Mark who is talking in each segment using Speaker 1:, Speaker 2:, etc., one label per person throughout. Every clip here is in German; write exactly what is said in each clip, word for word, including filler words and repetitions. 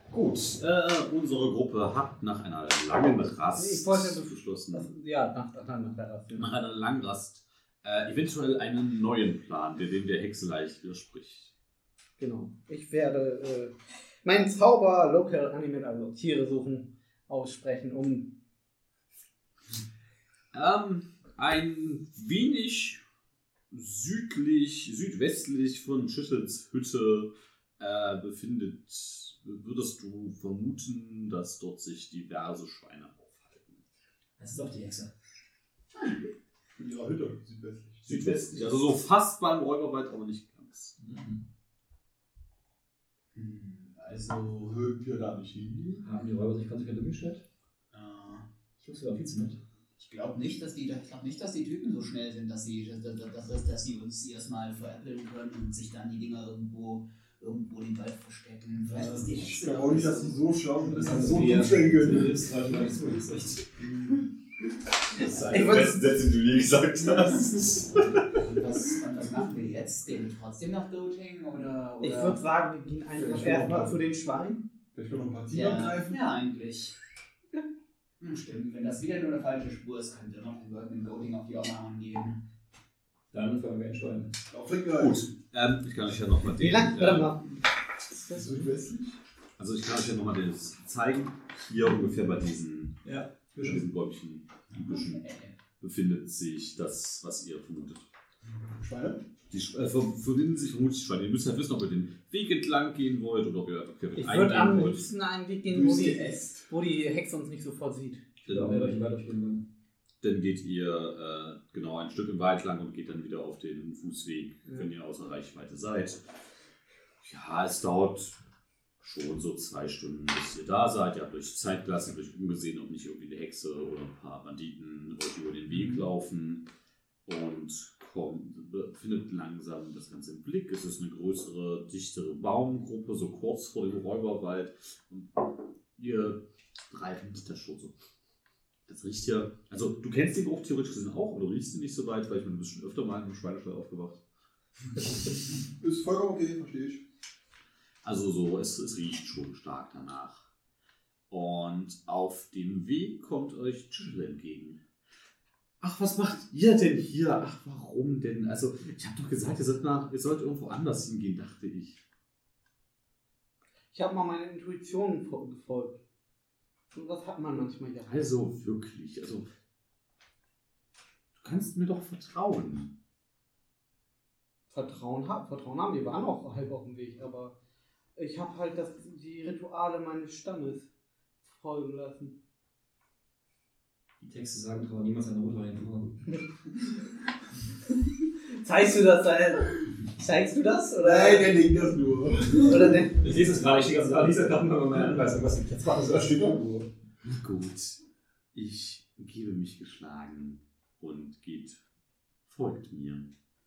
Speaker 1: Gut, äh, unsere Gruppe hat nach einer langen Rast
Speaker 2: ich wollte
Speaker 1: beschlossen.
Speaker 2: Das, ja, nach, nach, nach der Rast.
Speaker 1: Nach einer langen Rast äh, eventuell einen neuen Plan, der dem der Hexe leicht widerspricht.
Speaker 2: Genau. Ich werde äh, meinen Zauber Local Animate, also Tiere suchen, aussprechen, um.
Speaker 1: Ähm, ein wenig südlich, südwestlich von Schüttels Hütte äh, befindet, würdest du vermuten, dass dort sich diverse Schweine aufhalten.
Speaker 3: Das ist doch die Hexe.
Speaker 4: In ihrer Hütte, südwestlich.
Speaker 1: Südwestlich, also so fast beim Räuberwald, aber nicht ganz.
Speaker 3: Mhm.
Speaker 4: Hm, also würden wir da nicht hingehen?
Speaker 3: Haben die Räuber sich konsequent umgestellt?
Speaker 4: Äh,
Speaker 3: Ich muss sogar viel zu mit.
Speaker 5: Ich glaube nicht, dass die, ich glaube nicht, dass die Typen so schnell sind, dass sie, dass, dass, dass, dass sie uns erstmal veräppeln können und sich dann die Dinger irgendwo, irgendwo in den Wald verstecken. Vielleicht ist die
Speaker 4: ich
Speaker 5: Hexe
Speaker 4: glaube auch nicht, dass die so schlau sind, dass sie so
Speaker 3: wir-
Speaker 4: umstellen können.
Speaker 3: Du hilfst gerade mal nicht so ins Licht.
Speaker 1: Das ist
Speaker 2: einer der besten
Speaker 1: Sätze, die du je gesagt hast.
Speaker 5: Und was, und was machen wir jetzt? Gehen wir trotzdem nach Doting? Oder, oder?
Speaker 2: Ich würde sagen, wir gehen einfach
Speaker 4: Vielleicht
Speaker 2: erstmal
Speaker 4: noch-
Speaker 2: zu den Schweinen.
Speaker 4: Vielleicht können wir noch ein paar Tiere
Speaker 5: ja,
Speaker 4: angreifen.
Speaker 5: ja, eigentlich. Hm, stimmt, wenn das wieder nur eine falsche Spur ist, könnte noch den Leuten in Doting auf die Oberhand gehen.
Speaker 3: Dann fangen wir in Schwein.
Speaker 4: Auf Regal.
Speaker 1: Gut, ähm, ich kann euch ja nochmal
Speaker 2: Wie
Speaker 1: den...
Speaker 2: lange? Warte
Speaker 1: Äh,
Speaker 2: mal.
Speaker 4: Südwestlich?
Speaker 1: also ich kann euch ja nochmal das zeigen. Hier ungefähr bei diesen,
Speaker 3: Ja,
Speaker 1: bei diesen Bäumchen, die Büschen,
Speaker 5: Äh,
Speaker 1: befindet sich das, was ihr vermutet.
Speaker 4: Schweine?
Speaker 1: Die Sch- äh, ver- verbinden sich vermutlich Schweine. Ihr müsst halt wissen, ob ihr den Weg entlang gehen wollt oder ob ihr einfach quer
Speaker 2: Ich würde am
Speaker 1: eingehen wollt.
Speaker 2: liebsten einen Weg gehen, wo die,
Speaker 4: Durchgeäst.
Speaker 2: wo die Hexe uns nicht sofort sieht.
Speaker 3: ja,
Speaker 1: Dann,
Speaker 3: euch weiter durchgehen wollen.
Speaker 1: dann geht ihr äh, genau ein Stück im Wald lang und geht dann wieder auf den Fußweg,
Speaker 2: Ja.
Speaker 1: wenn ihr außer Reichweite seid. Ja, es dauert schon so zwei Stunden, bis ihr da seid. Ihr habt euch Zeit gelassen, habt euch umgesehen, ob nicht irgendwie eine Hexe oder ein paar Banditen euch über den Weg laufen und kommt, findet langsam das Ganze im Blick. Es ist eine größere, dichtere Baumgruppe, so kurz vor dem Räuberwald. Und ihr reitet da schon so. Das riecht ja, also du kennst den Geruch theoretisch gesehen auch, aber du riechst ihn nicht so weit, weil ich meine, du bist schon öfter mal in einem Schweinestall aufgewacht.
Speaker 4: Ist vollkommen okay, verstehe ich.
Speaker 1: Also so, es, es riecht schon stark danach. Und auf dem Weg kommt euch Tschüssel entgegen. Ach, was macht ihr denn hier? Ach, warum denn? Also, ich habe doch gesagt, ihr sollt, nach, ihr sollt irgendwo anders hingehen, dachte ich.
Speaker 2: Ich habe mal meine Intuition gefolgt. Und das hat man manchmal ja.
Speaker 1: Also wirklich, also du kannst mir doch vertrauen.
Speaker 2: Vertrauen, ha Vertrauen haben, wir waren auch halb auf dem Weg, aber ich habe halt das, die Rituale meines Stammes folgen lassen.
Speaker 3: Die Texte sagen, trau niemals eine Rotwein vor.
Speaker 2: Zeigst du das? Zeigst du das? Oder?
Speaker 4: Nein, der denkt das nur.
Speaker 2: Oder denn?
Speaker 3: Ich lese es gerade, ich stehe ganz klar, lese gerade mal meine Anweisung, was ich jetzt mache. So, das steht irgendwo.
Speaker 1: Gut, ich gebe mich geschlagen und geht, folgt mir.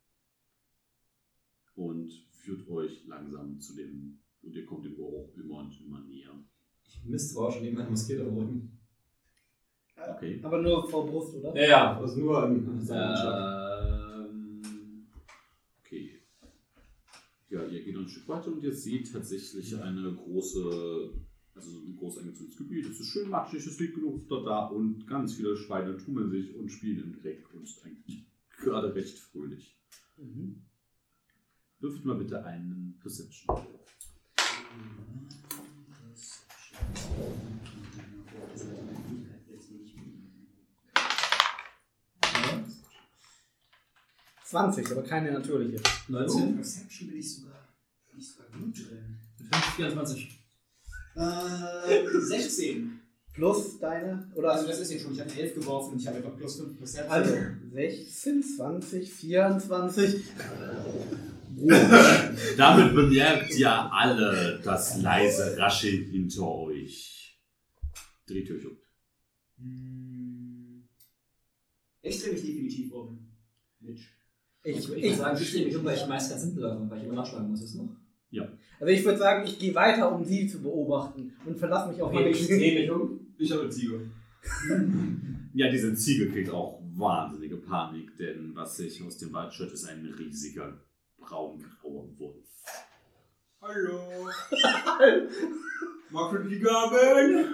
Speaker 1: Und führt euch langsam zu dem, und ihr kommt dem Geruch immer und immer näher.
Speaker 3: Ich misstraue schon neben meinem Mosquito am Rücken.
Speaker 1: Okay.
Speaker 2: Aber nur vor Brust, oder?
Speaker 3: Ja, ja, also nur am Sonnenschlag.
Speaker 1: Ähm, okay. Ja, ihr geht noch ein Stück weiter und ihr seht tatsächlich eine große, also ein groß eingezogenes Gebiet. Es ist schön matschig, es liegt genug Futter da und ganz viele Schweine tummeln sich und spielen im Dreck und ist eigentlich gerade recht fröhlich.
Speaker 2: Mhm.
Speaker 1: Würfelt mal bitte einen Perception.
Speaker 2: zwanzig, aber keine natürliche.
Speaker 3: neunzehn?
Speaker 5: Perception bin ich sogar, bin ich sogar gut drin.
Speaker 3: vierundzwanzig.
Speaker 5: Äh, sechzehn.
Speaker 2: Plus deine, oder?
Speaker 5: Also das ist ja schon, ich habe eine elf geworfen und ich habe einfach plus fünf Perception.
Speaker 2: Also sechzehn, zwanzig, vierundzwanzig.
Speaker 1: Damit bemerkt ihr alle das leise Rascheln hinter euch. Dreht euch um.
Speaker 5: Hm. Ich drehe mich definitiv um. Mitch.
Speaker 2: Ich,
Speaker 3: Ich,
Speaker 2: ich,
Speaker 3: würde sagen, ich stehe mich um, weil ich meist ganz hinten laufe, weil ich immer nachschlagen muss, ist noch?
Speaker 2: also ich würde sagen, ich gehe weiter, um sie zu beobachten und verlasse mich auf meine
Speaker 3: ich drehe mich um.
Speaker 4: Ich habe eine Ziege.
Speaker 1: Ja, diese Ziege kriegt auch wahnsinnige Panik, denn was sich aus dem Wald schüttet, ist ein riesiger braungrauer Wolf.
Speaker 4: Hallo. Mag für die Gaben!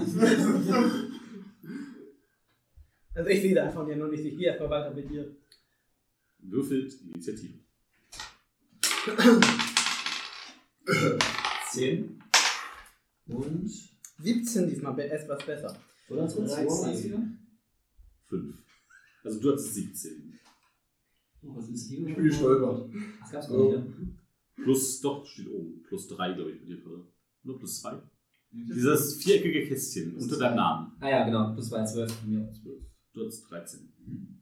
Speaker 2: Also ich sehe da von dir noch nicht. Ich gehe erstmal weiter mit dir.
Speaker 1: Würfelt Initiative.
Speaker 3: zehn. Und.
Speaker 2: siebzehn diesmal etwas besser.
Speaker 3: Oder? dreizehn.
Speaker 1: fünf. Also du hattest siebzehn.
Speaker 3: Oh, was ist hier?
Speaker 4: Ich bin gestolpert.
Speaker 3: Das gab's gar nicht, ne?
Speaker 1: Plus, doch, steht oben. Plus drei, glaube ich, bei dir gerade. Oder plus zwei? Dieses viereckige Kästchen unter deinem Namen.
Speaker 3: Ah ja, genau. Plus zwei, zwölf von mir.
Speaker 1: zwölf. Du hattest dreizehn.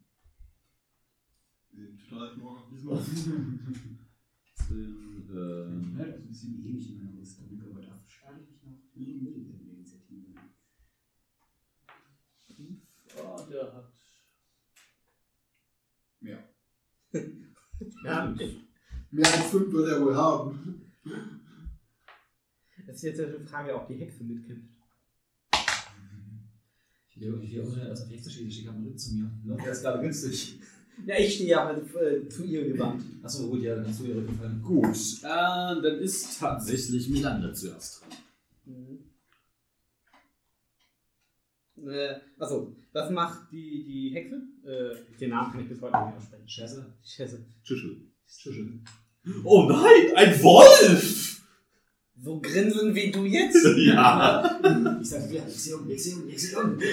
Speaker 4: Wir sind total knorr diesmal.
Speaker 1: zehn,
Speaker 5: Ja,
Speaker 1: äh,
Speaker 5: das ist ein bisschen ewig in meiner Rüstung, aber dafür schlage ich noch nie im Mittelfeld in der Initiative.
Speaker 2: Oh, der hat.
Speaker 4: Mehr.
Speaker 2: Ja,
Speaker 4: Mehr als fünf wird er wohl haben.
Speaker 2: das ist jetzt eine Frage, ob die Hexe mitkämpft.
Speaker 3: Ich will irgendwie auch schnell aus dem Hexe schießen. Ich habe einen Rücken zu mir. Ne? Der ist gerade günstig.
Speaker 2: Ja, ich stehe ja halt, äh, zu ihr gewandt.
Speaker 3: Achso, gut, ja, dann kannst du ihr Rücken fallen.
Speaker 1: gut, äh, dann ist tatsächlich Miranda zuerst dran.
Speaker 2: Mhm. Äh, achso, was macht die, die Hexe? Äh, den Namen kann ich bis heute nicht aussprechen.
Speaker 3: Scheiße.
Speaker 2: Scheiße.
Speaker 1: Tschüssel.
Speaker 3: Schüschel.
Speaker 1: Oh nein, ein Wolf!
Speaker 2: So grinsen wie du jetzt?
Speaker 1: Ja.
Speaker 3: Ich sag dir, ich sehe um, ich sehe um, ich sehe um.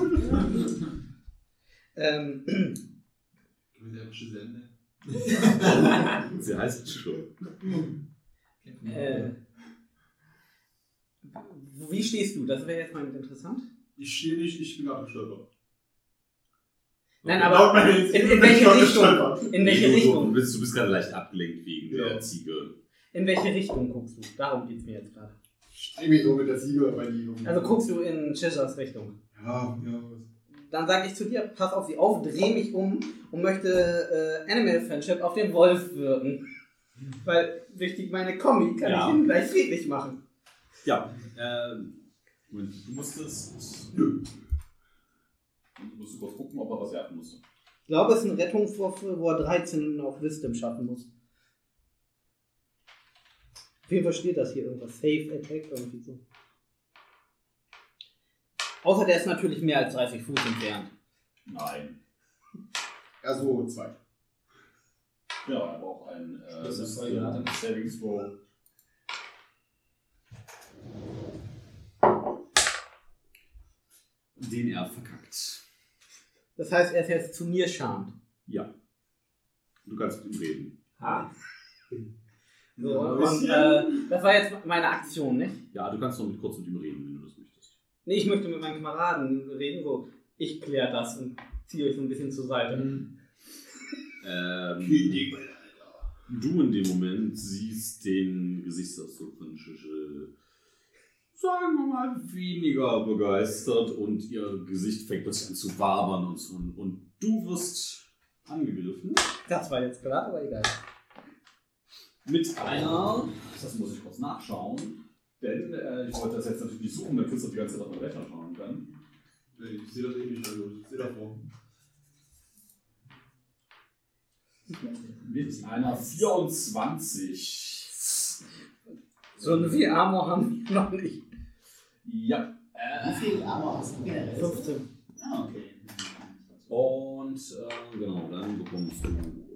Speaker 2: ähm,
Speaker 4: Können wir einfach Giselle nennen?
Speaker 1: Sie heißt Tschüssel.
Speaker 2: äh, wie stehst du? Das wäre jetzt mal interessant.
Speaker 4: Ich stehe nicht, ich bin gerade gestolpert.
Speaker 2: Nein,
Speaker 4: Laut
Speaker 2: aber
Speaker 4: meiner
Speaker 2: in,
Speaker 4: Initiative
Speaker 2: in
Speaker 4: bin ich
Speaker 2: welche
Speaker 4: gerade
Speaker 2: Richtung?
Speaker 4: gestolpert.
Speaker 2: In welche
Speaker 1: Du, du,
Speaker 2: Richtung?
Speaker 1: bist, du bist gerade leicht abgelenkt wegen
Speaker 4: Ja.
Speaker 1: der Ziege.
Speaker 2: In welche Richtung guckst du? Darum geht es mir jetzt gerade.
Speaker 4: Ich stehe mich so mit der Ziege bei die.
Speaker 2: Also guckst du in Cheshires Richtung.
Speaker 4: Ja, ja.
Speaker 2: Dann sage ich zu dir, pass auf sie auf, dreh mich um und möchte äh, Animal Friendship auf den Wolf wirken. Weil durch die, meine Kombi kann
Speaker 1: Ja.
Speaker 2: ich ihn gleich friedlich machen.
Speaker 1: Ja, ähm, Moment, du musstest.
Speaker 4: Nö.
Speaker 1: Du musst kurz gucken, ob er was werfen musste.
Speaker 2: Ich glaube, es ist ein Rettungswurf, wo er dreizehn auf Wisdom schaffen muss. Auf jeden Fall steht das hier irgendwas. Safe Attack, irgendwie so. Außer der ist natürlich mehr als dreißig Fuß entfernt.
Speaker 1: Nein.
Speaker 4: Also zwei.
Speaker 1: Ja, aber auch ein äh,
Speaker 3: Das ist voll
Speaker 1: Wisdom
Speaker 3: gerade.
Speaker 1: Saving Throw. Den er verkackt.
Speaker 2: Das heißt, er ist jetzt zu mir charmt.
Speaker 1: Ja. Du kannst mit ihm reden.
Speaker 3: Ha.
Speaker 2: So,
Speaker 4: Ja,
Speaker 2: und äh, das war jetzt meine Aktion, nicht?
Speaker 1: Ja, du kannst noch mit kurz mit ihm reden, wenn du das möchtest.
Speaker 2: Nee, ich möchte mit meinen Kameraden reden, so, ich kläre das und ziehe euch so ein bisschen zur Seite.
Speaker 3: Mhm.
Speaker 1: Ähm,
Speaker 4: König, Alter.
Speaker 1: du in dem Moment siehst den Gesichtsausdruck von Schischel, sagen wir mal, weniger begeistert und ihr Gesicht fängt plötzlich an zu wabern und, so, und du wirst angegriffen
Speaker 2: Das war jetzt gerade, aber egal.
Speaker 1: mit einer, das muss ich kurz nachschauen, denn äh, ich wollte das jetzt natürlich nicht suchen, damit Christoph die ganze Zeit auf den Rechner schauen kann.
Speaker 4: Ich sehe das eh nicht, also ich sehe davor.
Speaker 1: Mit einer vierundzwanzig.
Speaker 2: So ein viel Armor haben wir noch nicht.
Speaker 1: Ja.
Speaker 5: Wie
Speaker 1: Äh,
Speaker 5: viel Armor hast du generell?
Speaker 2: fünfzehn.
Speaker 5: Ah, okay.
Speaker 1: und äh, genau, dann bekommst du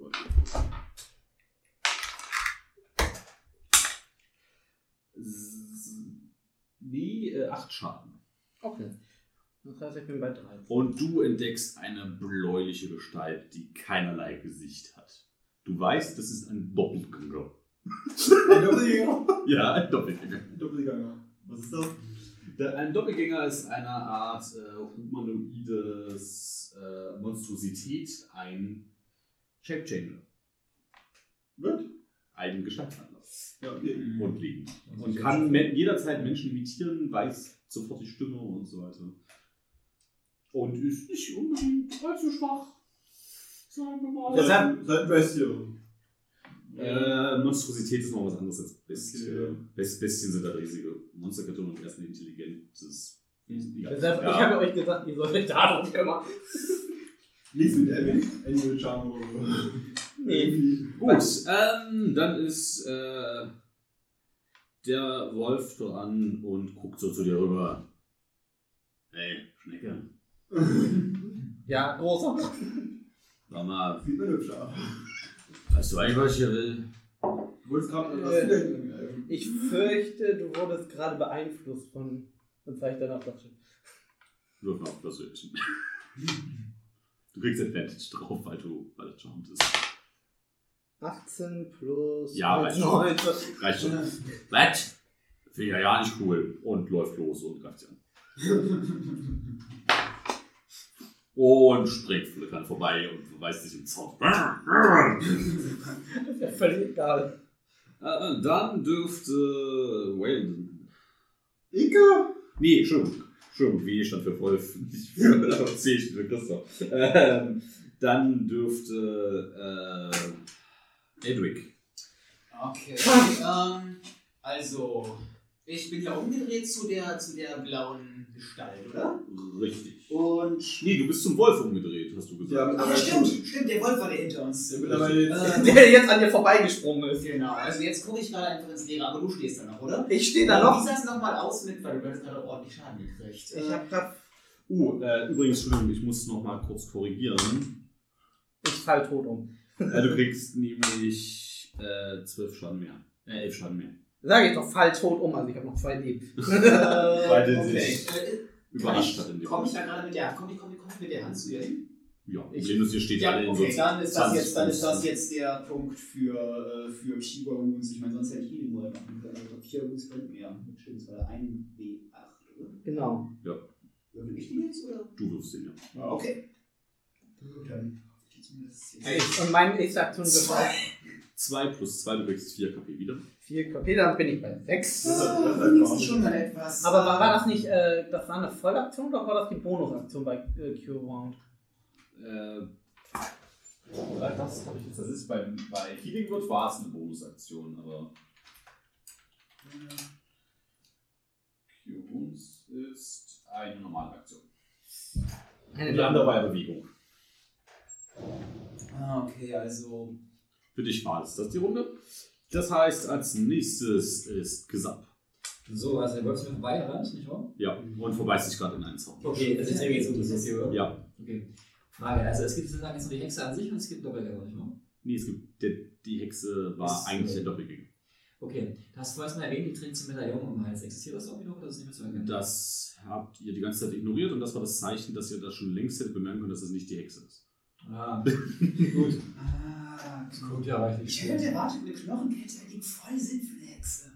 Speaker 1: s- nee, äh, acht Schaden.
Speaker 2: Okay. Das heißt, ich bin bei drei.
Speaker 1: Und du entdeckst eine bläuliche Gestalt, die keinerlei Gesicht hat. Du weißt, das ist ein Doppelgänger.
Speaker 4: Ein Doppelgänger?
Speaker 1: Ja, ein Doppelgänger.
Speaker 4: Doppelgänger. Was ist das?
Speaker 1: Der, ein Doppelgänger ist eine Art äh, humanoides äh, Monstrosität, ein Shapechanger.
Speaker 4: Wird?
Speaker 1: Ein Gestaltwandler.
Speaker 4: Ja, okay.
Speaker 1: Grundlegend. Und kann me- jederzeit Menschen imitieren, weiß sofort die Stimme und so weiter. Und ist nicht unbedingt allzu schwach. Sagen wir mal.
Speaker 2: Deshalb-
Speaker 4: Seid Bestie.
Speaker 1: Äh, Monstrosität ist noch was anderes als Bestie.
Speaker 4: Okay.
Speaker 1: Best Bestien sind halt riesige Monstergattung und erst eine intelligentes. Ja.
Speaker 2: Deshalb,
Speaker 1: Ja.
Speaker 2: ich habe euch gesagt, ihr sollt euch darum kümmern.
Speaker 4: Nichts mit Animal Charm oder so.
Speaker 2: Nee.
Speaker 4: Irgendwie.
Speaker 1: Gut, ähm, dann ist äh, der Wolf dran und guckt so zu dir rüber. Hey, Schnecke.
Speaker 2: Ja, großer.
Speaker 1: Sag mal,
Speaker 4: Sieht mir hübsch aus.
Speaker 1: weißt du eigentlich, was ich hier will?
Speaker 4: Du wolltest gerade was
Speaker 2: Äh,
Speaker 4: äh,
Speaker 2: Ich fürchte, du wurdest gerade beeinflusst von dem Zeichen deiner Flasche.
Speaker 1: Wirf mal auf Persuasion. Du kriegst Advantage drauf, weil du, weil das charmed ist.
Speaker 2: achtzehn plus
Speaker 1: Ja, reicht schon.
Speaker 2: neunzehn.
Speaker 1: Reicht schon. Was? Finde ich ja ja nicht cool. Und läuft los und greift sie an. Und springt flickern vorbei und verweist sich im Zaun.
Speaker 2: Das ist ja völlig egal.
Speaker 1: Äh, dann dürfte Waylon.
Speaker 4: Ika?
Speaker 1: Nee, Entschuldigung. Entschuldigung, W stand für Wolf, nicht für C steht für Christoph. Ähm, dann dürfte äh, Edric.
Speaker 5: Okay, ähm, also, ich bin ja umgedreht zu der, zu der blauen Gestalt, oder?
Speaker 1: Richtig.
Speaker 5: Und...
Speaker 1: Nee, du bist zum Wolf umgedreht, hast du
Speaker 4: Ja,
Speaker 1: gesagt.
Speaker 4: mit
Speaker 5: Ach,
Speaker 4: aber
Speaker 5: stimmt, stimmt, der Wolf war der hinter uns.
Speaker 4: Ja, mittlerweile jetzt.
Speaker 5: Äh,
Speaker 2: Der jetzt an dir vorbeigesprungen ist.
Speaker 5: Genau, also jetzt gucke ich gerade einfach ins Leere, aber du stehst da noch, oder?
Speaker 2: Ich stehe da
Speaker 5: Äh,
Speaker 2: noch.
Speaker 5: Wie sah es nochmal aus mit, weil du hast gerade ordentlich Schaden gekriegt.
Speaker 2: Ich hab grad.
Speaker 1: Uh, äh, übrigens, Entschuldigung, ich muss noch mal kurz korrigieren.
Speaker 2: Ich fall tot um.
Speaker 1: Äh, du kriegst nämlich äh, zwölf Schaden mehr. Äh, elf Schaden mehr.
Speaker 2: Sag ich doch, fall tot um. Also ich habe noch zwei Leben.
Speaker 1: Weil
Speaker 5: okay.
Speaker 1: sich
Speaker 5: Äh,
Speaker 1: überrascht hat in dem
Speaker 5: Komme ich da gerade mit der komm ich, komm ich, komm ich mit der Hand zu ihr hin?
Speaker 1: Ja,
Speaker 2: Ich-
Speaker 1: Problem hier steht
Speaker 5: Ja,
Speaker 1: alle in
Speaker 5: okay,
Speaker 1: so
Speaker 5: dann ist, das
Speaker 1: zwanzig
Speaker 5: jetzt, dann ist das
Speaker 1: Fuß.
Speaker 5: jetzt der Punkt für, äh, für Cure Wounds. Ich meine, sonst hätte ich Healing Word machen können. Also Cure Wounds könnten wir. Stimmt, das war der ein W acht, oder?
Speaker 2: Genau.
Speaker 5: Würfel ich den jetzt, oder?
Speaker 1: Du wirfst den, ja.
Speaker 5: Ah, okay. Dann. Jetzt
Speaker 2: Ich, und meine nächste Aktion wird
Speaker 5: Zwei.
Speaker 1: zwei plus zwei, du kriegst vier K P wieder.
Speaker 2: vier K P, dann bin ich bei sechs.
Speaker 5: Ah, wenigstens schon mal etwas.
Speaker 2: Aber war, war das nicht, äh, das war eine Vollaktion oder war das die Bonusaktion bei äh, Cure Wound?
Speaker 1: Äh, das habe ich jetzt. Das ist beim, bei Healing Word war es eine Bonusaktion, aber. Cure Wounds ist eine normale Aktion.
Speaker 2: Eine
Speaker 1: Und die andere war ja Bewegung.
Speaker 5: Ah, okay, also.
Speaker 1: Für dich war es das die Runde. Das heißt, als nächstes ist Gesap.
Speaker 3: So, also der Wolf ist mir vorbeigerannt, nicht wahr?
Speaker 1: Ja, und vorbeißt sich gerade in einen Zaun.
Speaker 3: Okay, das ist irgendwie so, das ist hier, oder?
Speaker 1: Ja.
Speaker 3: Okay. Frage, also es gibt sozusagen jetzt nur die Hexe an sich und es gibt Doppelgänger, nicht wahr?
Speaker 1: Nee, es gibt, der, die Hexe war
Speaker 3: Ist,
Speaker 1: eigentlich
Speaker 3: äh,
Speaker 1: der Doppelgänger.
Speaker 3: Okay, du hast vorhin mal erwähnt, die trägt ein Medaillon um den Hals. Existiert das auch wieder oder ist das nicht mehr zu erkennen?
Speaker 1: Das habt ihr die ganze Zeit ignoriert und das war das Zeichen, dass ihr das schon längst hättet bemerken können, dass es nicht die Hexe ist.
Speaker 3: Ah, gut.
Speaker 5: Ah,
Speaker 3: Gut, ja, reicht
Speaker 5: ich hätte erwartet, eine Knochenkette ergibt voll Sinn für eine Hexe.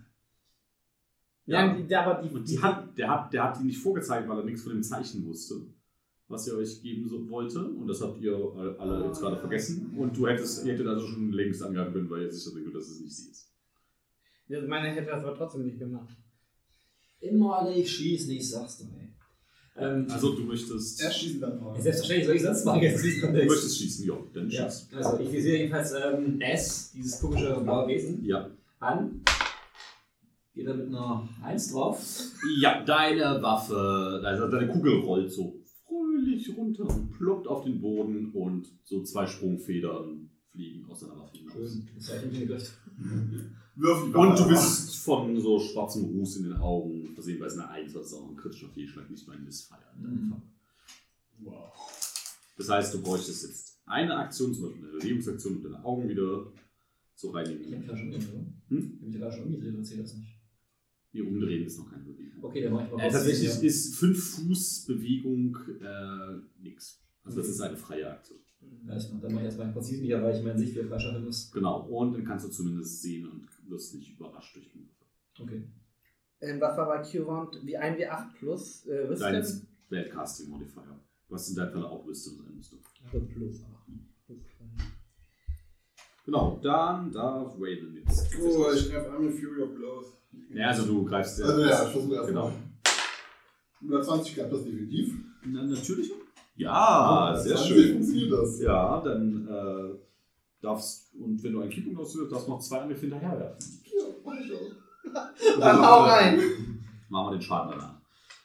Speaker 2: Ja, die, aber die,
Speaker 1: Und die hat, der, hat, der hat die nicht vorgezeigt, weil er nichts von dem Zeichen wusste, was er euch geben so wollte. Und das habt ihr alle jetzt gerade vergessen. Und du hättest, ihr hättet also schon längst angreifen können, weil ihr sicher seid, dass es nicht sie ist.
Speaker 2: Ja, meine hätte das aber trotzdem nicht gemacht.
Speaker 3: Immer alle ich schieße nicht, sagst du, ey. Ähm,
Speaker 1: Also du möchtest,
Speaker 4: Erst schießen, dann fahren.
Speaker 3: selbstverständlich soll ich sonst machen, jetzt ist
Speaker 1: du möchtest schießen, ja, dann
Speaker 3: Ja,
Speaker 1: schieß.
Speaker 3: also ich visiere jedenfalls ähm, S, dieses komische blaue Wesen,
Speaker 1: Ja.
Speaker 3: an. Geht da mit einer eins drauf.
Speaker 1: Ja, deine Waffe, also deine Kugel rollt so fröhlich runter und ploppt auf den Boden und so zwei Sprungfedern fliegen aus deiner Waffe hinaus.
Speaker 3: Schön, das habe ich nicht gedacht.
Speaker 4: Wirf die
Speaker 1: Und du
Speaker 4: Waffe.
Speaker 1: bist von so schwarzem Ruß in den Augen versehen, weil es eine eins ist, auch ein kritischer Fehlschlag, nicht mal ein Missfire. in deinem
Speaker 3: Mhm.
Speaker 1: Fall.
Speaker 4: Wow.
Speaker 1: Das heißt, du bräuchtest jetzt eine Aktion, zum Beispiel eine Lebensaktion, um deine Augen wieder zu
Speaker 3: Ich habe
Speaker 1: reinigen.
Speaker 3: mich ja schon umgedreht, oder?
Speaker 1: Hm?
Speaker 3: Ich habe mich ja gerade schon umgedreht, oder zählt das nicht?
Speaker 1: Hier umdrehen ist noch keine Bewegung.
Speaker 3: Okay, dann mache ich mal
Speaker 1: Äh, tatsächlich
Speaker 3: ja.
Speaker 1: ist fünf Fuß Bewegung äh, nix. Also das ist eine freie Aktion.
Speaker 3: Ja, ich, dann mache ich erstmal präzise nicht, weil ich meine Sicht wieder freischalten muss.
Speaker 1: Genau, und dann kannst du zumindest sehen und wirst nicht überrascht durch den Würfel.
Speaker 3: Okay.
Speaker 2: Ähm, was war bei Cure Wound? Wie ein W acht plus? Äh,
Speaker 1: Dein
Speaker 2: Wisdom?
Speaker 1: Spellcasting Modifier. Was in deinem Fall auch Wisdom sein müsste.
Speaker 2: Also plus acht. Plus drei.
Speaker 1: Genau, dann darf Waylon jetzt.
Speaker 4: Oh, ich greife an mit Fury of Blows.
Speaker 1: Ja, also du greifst ja.
Speaker 4: Also ja, ich versuche erst
Speaker 1: Genau.
Speaker 4: mal. hundertzwanzig klappt das definitiv.
Speaker 1: Na, natürlich. Ja,
Speaker 4: Ah,
Speaker 1: sehr
Speaker 4: zwanzig
Speaker 1: schön.
Speaker 4: funktioniert das.
Speaker 1: Ja, dann äh, darfst und wenn du ein Keeping ausführst, darfst du noch zwei Angriffe hinterher werfen.
Speaker 4: Ja, mach ich auch.
Speaker 2: Dann hau rein!
Speaker 1: Machen wir den Schaden danach.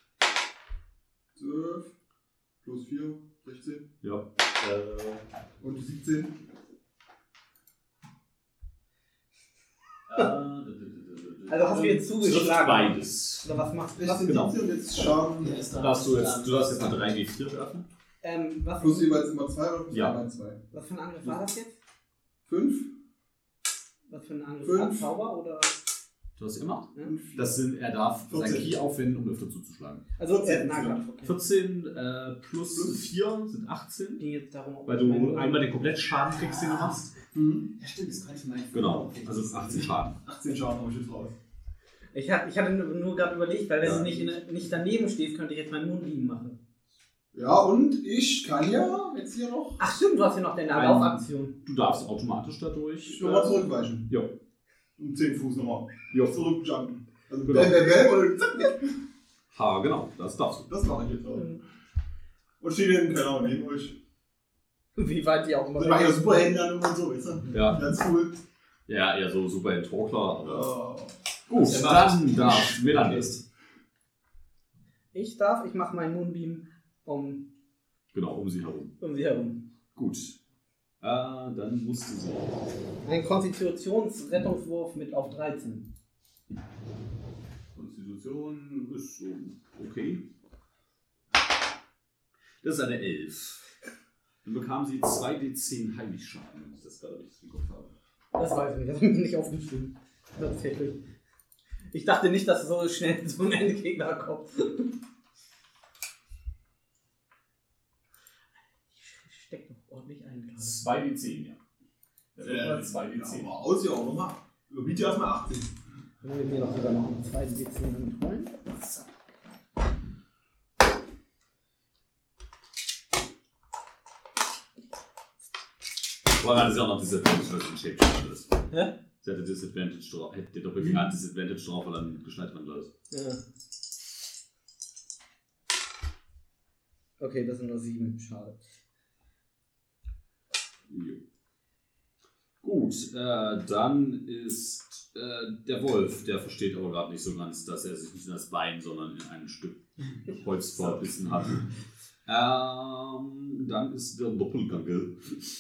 Speaker 4: zwölf plus vier, sechzehn.
Speaker 1: Ja. Äh,
Speaker 4: Und die siebzehn.
Speaker 1: äh,
Speaker 2: Also hast du jetzt
Speaker 1: Trifft
Speaker 2: zugeschlagen?
Speaker 1: beides.
Speaker 2: Oder was machst du?
Speaker 4: sechzehn, siebzehn und jetzt Schaden.
Speaker 5: Der ist
Speaker 1: Da
Speaker 5: da.
Speaker 1: darfst du jetzt, du darfst jetzt mal drei W vier werfen.
Speaker 2: Ähm, was,
Speaker 4: Plus jeweils immer zwei oder plus
Speaker 1: Ja.
Speaker 4: einmal zwei?
Speaker 2: was für ein Angriff war das jetzt?
Speaker 4: Fünf?
Speaker 2: Was für ein Angriff
Speaker 4: Fünf.
Speaker 2: war Zauber oder?
Speaker 1: Du hast immer?
Speaker 2: Ja?
Speaker 4: Und vier.
Speaker 1: Das sind, er darf sein
Speaker 4: vierzehn.
Speaker 1: Key aufwenden, um öfter zuzuschlagen.
Speaker 2: Also äh,
Speaker 4: vierzehn.
Speaker 2: Nahkampf, okay.
Speaker 1: vierzehn äh, plus,
Speaker 4: Plus.
Speaker 1: vier sind achtzehn.
Speaker 2: Ging jetzt darum, ob
Speaker 1: Weil du einmal den Komplettschaden kriegst, den du hast.
Speaker 4: Mhm.
Speaker 5: Ja, stimmt, das kann ich meinen.
Speaker 1: Genau, also achtzehn Schaden.
Speaker 4: achtzehn Schaden habe ich jetzt raus.
Speaker 2: Ich, hab, ich hatte nur, nur gerade überlegt, weil wenn
Speaker 1: Ja.
Speaker 2: du nicht, in, nicht daneben stehst, könnte ich jetzt meinen Moonbeam machen.
Speaker 4: Ja, und ich kann ja jetzt hier noch
Speaker 2: Ach stimmt, du hast ja noch deine
Speaker 1: Ein-
Speaker 2: Laufaktion.
Speaker 1: Du darfst automatisch dadurch.
Speaker 4: nochmal
Speaker 1: äh,
Speaker 4: zurückweichen.
Speaker 1: Ja.
Speaker 4: Um zehn Fuß nochmal.
Speaker 1: Ja.
Speaker 4: Zurückjumpen. Also
Speaker 1: Genau.
Speaker 4: bäm, bäm, bäm und zack.
Speaker 1: Ha, genau, das darfst du.
Speaker 4: Das mache ich jetzt auch. Und steht hinten, keine Ahnung, neben euch.
Speaker 2: Wie weit die auch immer.
Speaker 4: Das mache ich ja Superhändler und so, weißt du?
Speaker 1: Ja,
Speaker 4: Ganz cool.
Speaker 1: ja, eher so super Entorkler, aber.
Speaker 4: Oh.
Speaker 1: Gut,
Speaker 3: Er macht-
Speaker 1: dann darf Melanis.
Speaker 2: Ich darf, ich mache meinen Moonbeam um,
Speaker 1: Genau, um sie herum.
Speaker 2: um sie herum.
Speaker 1: Gut. Äh, dann musste sie.
Speaker 2: Ein Konstitutionsrettungswurf mit auf dreizehn.
Speaker 1: Konstitution ist so okay. Das ist eine elf. Dann bekam sie zwei D zehn Heiligschaden, wenn ich das gerade richtig im Kopf habe.
Speaker 2: Das weiß ich nicht, das hat mir nicht aufgeschrieben. Tatsächlich. Ich dachte nicht, dass so schnell so ein Endgegner kommt. Ich steck doch ordentlich ein gerade.
Speaker 1: zwei D zehn, ja.
Speaker 4: Ja,
Speaker 1: zwei D
Speaker 4: ja,
Speaker 1: zehn.
Speaker 4: aber aus ja auch nochmal. Überbiete erstmal achtzehn.
Speaker 2: Dann will ich mir noch sogar noch einen zweiten D zehn mitholen.
Speaker 1: Vor allem hat sie auch noch Disadvantage, weil sie ein Shapeshifter ist.
Speaker 2: Hä?
Speaker 1: Sie hatte Disadvantage drauf, hätte der Doppelgänger hat Disadvantage drauf, weil er ein Gestaltwandler ist.
Speaker 2: Ja. Okay, das sind nur sieben. Schade.
Speaker 1: Jo. Gut, äh, dann ist äh, der Wolf, der versteht aber gerade nicht so ganz, dass er sich nicht in das Bein, sondern in ein Stück Holz verbissen hat. Ähm, dann ist der Doppelgänger.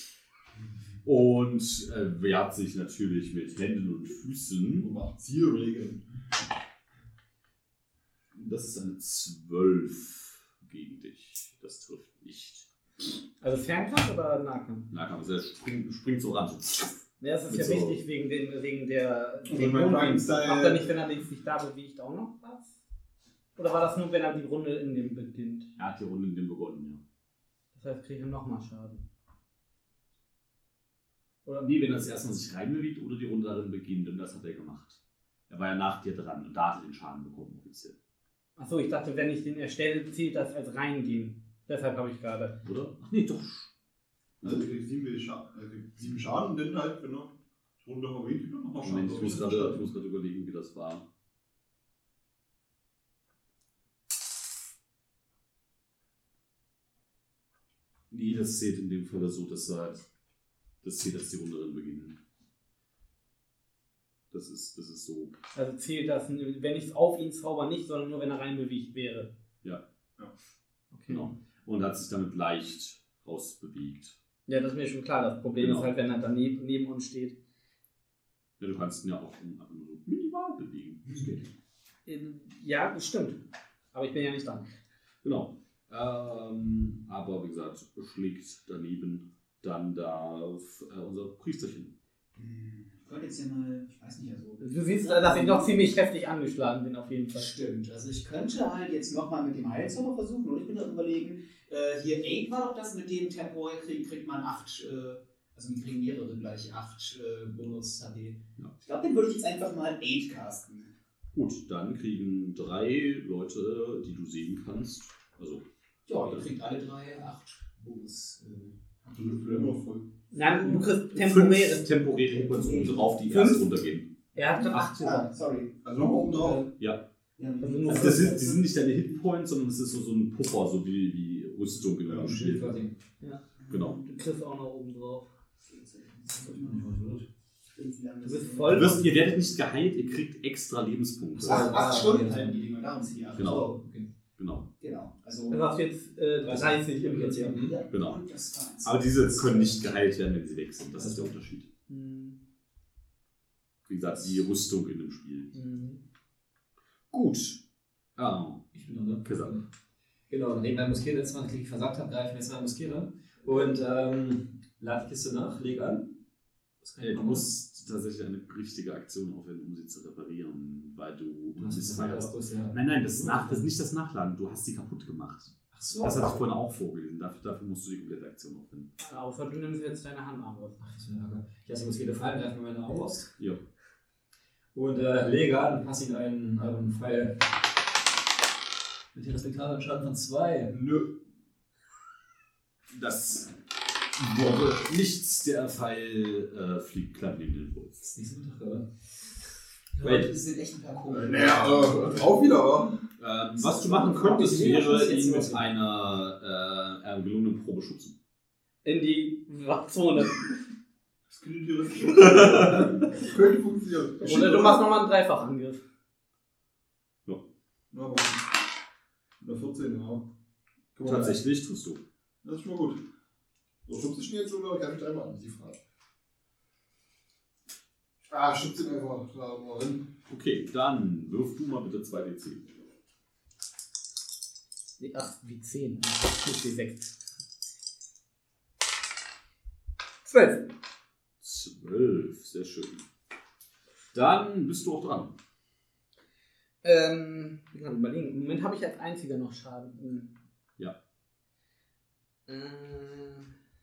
Speaker 1: Und äh, wehrt sich natürlich mit Händen und Füßen.
Speaker 4: Nummer Zielregeln.
Speaker 1: Das ist eine zwölf gegen dich. Das trifft nicht.
Speaker 2: Also Fernkampf oder Nahkampf?
Speaker 1: Nahkampf, er springt, springt so ran. So.
Speaker 2: Ja, das ist
Speaker 1: Mit
Speaker 2: ja
Speaker 1: so-
Speaker 2: wichtig wegen, den, wegen der.
Speaker 4: Und
Speaker 2: wegen
Speaker 4: mein
Speaker 2: Moonbeam.
Speaker 4: Prime-Style-
Speaker 2: Macht er nicht, wenn er sich da bewegt, auch noch was? Oder war das nur, wenn er die Runde in dem beginnt?
Speaker 1: Er hat die Runde in dem begonnen,
Speaker 2: Das heißt, kriege ich nochmal Schaden. Oder
Speaker 1: ja. Nee, wenn er das erstmal sich reinbewegt oder die Runde darin beginnt, und das hat er gemacht. Er war ja nach dir dran und da hat er den Schaden bekommen, offiziell.
Speaker 2: Achso, ich dachte, wenn ich den erstelle, zählt das als reingehen. Deshalb habe ich gerade.
Speaker 1: Oder? Ach nee, doch.
Speaker 4: Also ich krieg sieben Schaden, also sieben Schaden und dann halt, wenn er runter verweht, gibt er nochmal Schaden.
Speaker 1: Moment, ich muss gerade ich muss gerade überlegen, wie das war. Nee, das zählt in dem Fall so, dass er halt, das zählt, dass die Runde drin beginnen. Das ist, das ist so.
Speaker 2: Also zählt das, wenn ich es auf ihn zauber, nicht, sondern nur, wenn er reinbewegt wäre.
Speaker 1: Ja.
Speaker 4: Ja.
Speaker 2: Okay.
Speaker 1: Genau. Und hat sich damit leicht rausbewegt.
Speaker 2: Ja, das ist mir schon klar. Das Problem
Speaker 1: Genau.
Speaker 2: ist halt, wenn er daneben neben uns steht.
Speaker 1: Ja, du kannst ihn ja auch einfach nur so minimal bewegen. Das geht.
Speaker 2: Ähm, Ja, das stimmt. Aber ich bin ja nicht dran.
Speaker 1: Genau. Ähm, aber wie gesagt, schlägt daneben. Dann darf äh, unser Priesterchen.
Speaker 5: Ich könnte jetzt ja mal, ich weiß nicht, also.
Speaker 2: Du siehst, dass ich noch ziemlich heftig angeschlagen bin, auf jeden Fall.
Speaker 5: Stimmt, also ich könnte halt jetzt nochmal mit dem Heilzauber versuchen und ich bin da überlegen, äh, hier acht war doch das, mit dem temporär kriegt, kriegt man acht, äh, also wir kriegen mehrere gleich acht äh, Bonus-H D.
Speaker 1: Ja.
Speaker 5: Ich glaube, den würde ich jetzt einfach mal acht casten.
Speaker 1: Gut, dann kriegen drei Leute, die du sehen kannst. Also,
Speaker 5: Ja, ihr kriegt alle drei acht Bonus. Äh,
Speaker 4: Das ist immer voll.
Speaker 2: Nein, du kriegst temporäre.
Speaker 1: fünf temporäre Hitpoints oben drauf, die
Speaker 2: Fünf?
Speaker 1: erst runtergehen.
Speaker 2: Er hat schon acht
Speaker 5: ah,
Speaker 2: gesagt.
Speaker 5: sorry.
Speaker 4: Also nochmal oben drauf.
Speaker 1: Ja.
Speaker 5: Ja,
Speaker 2: Also nur-
Speaker 1: Also das, ist, das sind nicht deine Hitpoints, sondern das ist so, so ein Puffer, so wie, wie Rüstung in einem
Speaker 4: Ja,
Speaker 1: Spiel.
Speaker 5: vierzehn.
Speaker 2: Ja.
Speaker 1: Genau.
Speaker 2: Du kriegst auch noch oben drauf.
Speaker 5: Wie lange
Speaker 2: Du
Speaker 5: das
Speaker 2: bist
Speaker 5: ist.
Speaker 2: voll.
Speaker 1: Du wirst, ihr werdet nicht geheilt, ihr kriegt extra Lebenspunkte.
Speaker 5: Acht,
Speaker 2: Ah,
Speaker 5: acht Stunden
Speaker 2: okay.
Speaker 5: halten die Dinger, darum sind die acht.
Speaker 1: Genau.
Speaker 5: So, okay.
Speaker 1: Genau,
Speaker 5: Genau. Also,
Speaker 2: Du hast jetzt äh, dreißig im Prinzip.
Speaker 5: ja,
Speaker 1: genau.
Speaker 5: und das war eins.
Speaker 1: Aber diese können nicht geheilt werden, wenn sie weg sind. Das ist der Unterschied.
Speaker 2: Hm.
Speaker 1: wie gesagt, die Rüstung in dem Spiel.
Speaker 2: Mhm.
Speaker 1: Gut. Ah,
Speaker 3: Ich bin noch, ne?
Speaker 1: gesagt.
Speaker 3: Genau, nachdem mein Musketier jetzt mal wirklich versagt hat, greife ich mir jetzt mein Musketier an und ähm, lade die Kiste nach, leg an. Was kann ich
Speaker 1: Äh, du
Speaker 3: machen?
Speaker 1: musst tatsächlich eine richtige Aktion aufwenden, um sie zu reparieren, weil du.
Speaker 3: Du hast
Speaker 1: bist
Speaker 3: gesagt,
Speaker 1: Feuer-
Speaker 3: das ist ja.
Speaker 1: Nein, nein, das ist, nach, das ist nicht das Nachladen. Du hast sie kaputt gemacht.
Speaker 3: Ach so.
Speaker 1: Das hatte ich vorhin auch vorgelesen. Dafür, dafür musst du die komplette Aktion aufwenden.
Speaker 2: Außer du nimmst jetzt deine Handarm raus.
Speaker 3: Ach, das ist mir Ärger. Ich lasse die Muskete fallen, greife mir meine Augen aus
Speaker 1: Ja.
Speaker 3: und äh, lege an und passe ihn einen, einen Pfeil. Mit dem respektablen Schaden von zwei.
Speaker 1: Nö. Das wurde nichts. Der Pfeil äh, fliegt knapp neben den Wolf.
Speaker 3: Das ist nicht so gut, oder?
Speaker 1: Wait.
Speaker 5: Das sind echt ein paar komische.
Speaker 4: Naja, aber drauf wieder, aber.
Speaker 1: Ähm, was du machen könntest,
Speaker 3: Ja,
Speaker 1: wäre
Speaker 3: jetzt
Speaker 1: ihn
Speaker 3: los.
Speaker 1: mit einer äh, äh, gelungenen Probe schubsen.
Speaker 2: In die Wachzone.
Speaker 4: Das könnte könnte funktionieren.
Speaker 2: Oder du machst nochmal einen Dreifachangriff.
Speaker 4: Na, aber. Oder vierzehn, ja. Guck mal,
Speaker 1: Tatsächlich tust du.
Speaker 4: Das ist schon mal gut. So, schubst du ihn jetzt oder greife ich einmal an? Das ist die Frage. Ah, schubst ihn einfach da mal hin.
Speaker 1: Okay, dann wirf du mal bitte zwei D zehn.
Speaker 2: Ach, wie zehn. Nicht wie sechs. zwölf.
Speaker 1: zwölf, sehr schön. Dann bist du auch dran.
Speaker 2: Ähm, ich kann überlegen. Im Moment habe ich als einziger noch Schaden. Hm.
Speaker 1: Ja.
Speaker 2: Äh,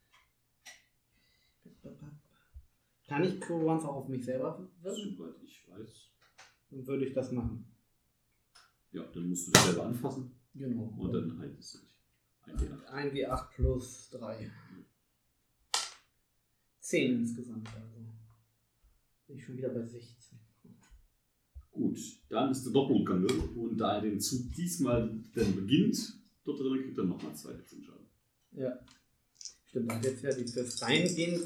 Speaker 2: kann ich Cure Once auch auf mich selber wirken?
Speaker 1: Soweit ich weiß.
Speaker 2: Dann würde ich das machen.
Speaker 1: Ja, dann musst du dich selber anfassen
Speaker 2: Genau.
Speaker 1: und dann heilst du dich. Ein D acht.
Speaker 2: ein W acht plus drei. zehn insgesamt also. Bin ich schon wieder bei sechzehn.
Speaker 1: Gut, dann ist der Doppelgang und da er den Zug diesmal dann beginnt, dort drin kriegt er nochmal zwei D zehn Schaden.
Speaker 2: Ja. Stimmt, dann jetzt ja die fürs Reingehen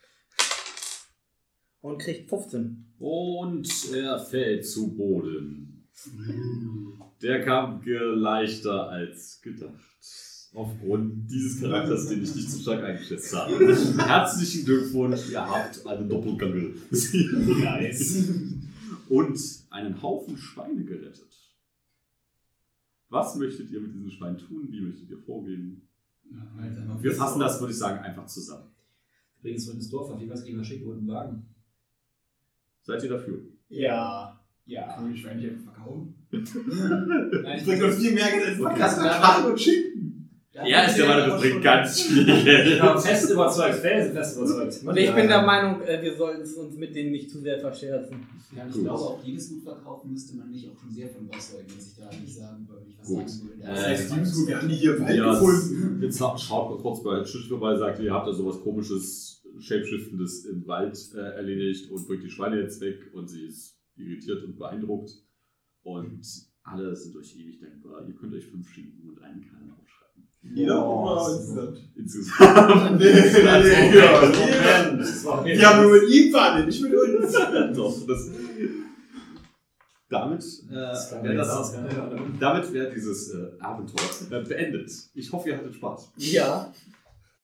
Speaker 2: und kriegt fünfzehn.
Speaker 1: Und er fällt zu Boden. Der Kampf ging leichter als gedacht. Aufgrund dieses Charakters, den ich nicht so stark eingeschätzt habe. Herzlichen Glückwunsch, ihr habt einen Doppelgangel. Nice. Und einen Haufen Schweine gerettet. Was möchtet ihr mit diesen Schweinen tun? Wie möchtet ihr vorgehen? Wir fassen das, würde ich sagen, einfach zusammen.
Speaker 3: Wir bringen es zurück ins Dorf, auf jeden Fall kriegen wir schick guten Wagen.
Speaker 1: Seid ihr dafür?
Speaker 5: Ja. Ja.
Speaker 4: Kann man die Schweinchen einfach verkaufen?
Speaker 3: Nein,
Speaker 4: Das bringt uns viel mehr Geld als
Speaker 1: Okay.
Speaker 4: Kannst du da Karten und Schinken.
Speaker 1: Ja, ist der Meinung, das bringt ganz viel Geld.
Speaker 3: Ich bin fest überzeugt, felsen fest überzeugt.
Speaker 2: Und ich bin der Meinung, äh, wir sollten es uns mit denen nicht zu sehr verscherzen.
Speaker 5: Ja, ich
Speaker 1: Gut.
Speaker 5: glaube, auch jedes Gut verkaufen müsste man nicht auch schon sehr von überzeugen, dass ich da nicht sagen würde, wenn ich was
Speaker 1: Gut.
Speaker 5: sagen würde.
Speaker 1: Äh,
Speaker 4: Das heißt, die gut, wir haben die hier im Wald
Speaker 1: Ja,
Speaker 4: gefunden.
Speaker 1: jetzt schaut mal kurz bei Schiff vorbei, sagt, ihr habt da sowas komisches, Shapeshiftendes im Wald äh, erledigt und bringt die Schweine jetzt weg und sie ist irritiert und beeindruckt. Und alle sind euch ewig dankbar. Ihr könnt euch fünf Schinken und einen Kahn aufschreiben.
Speaker 4: Jeder
Speaker 3: Oh,
Speaker 4: oder
Speaker 3: super.
Speaker 4: insgesamt?
Speaker 1: Insgesamt.
Speaker 4: Nee, nee, nee, ja,
Speaker 3: Moment, das war
Speaker 4: Die haben nur mit ihm verhandelt, nicht mit uns.
Speaker 1: Doch, das, damit äh, wäre das,
Speaker 3: das
Speaker 1: damit wäre dieses äh, Abenteuer äh, beendet. Ich hoffe, ihr hattet Spaß.
Speaker 2: Ja.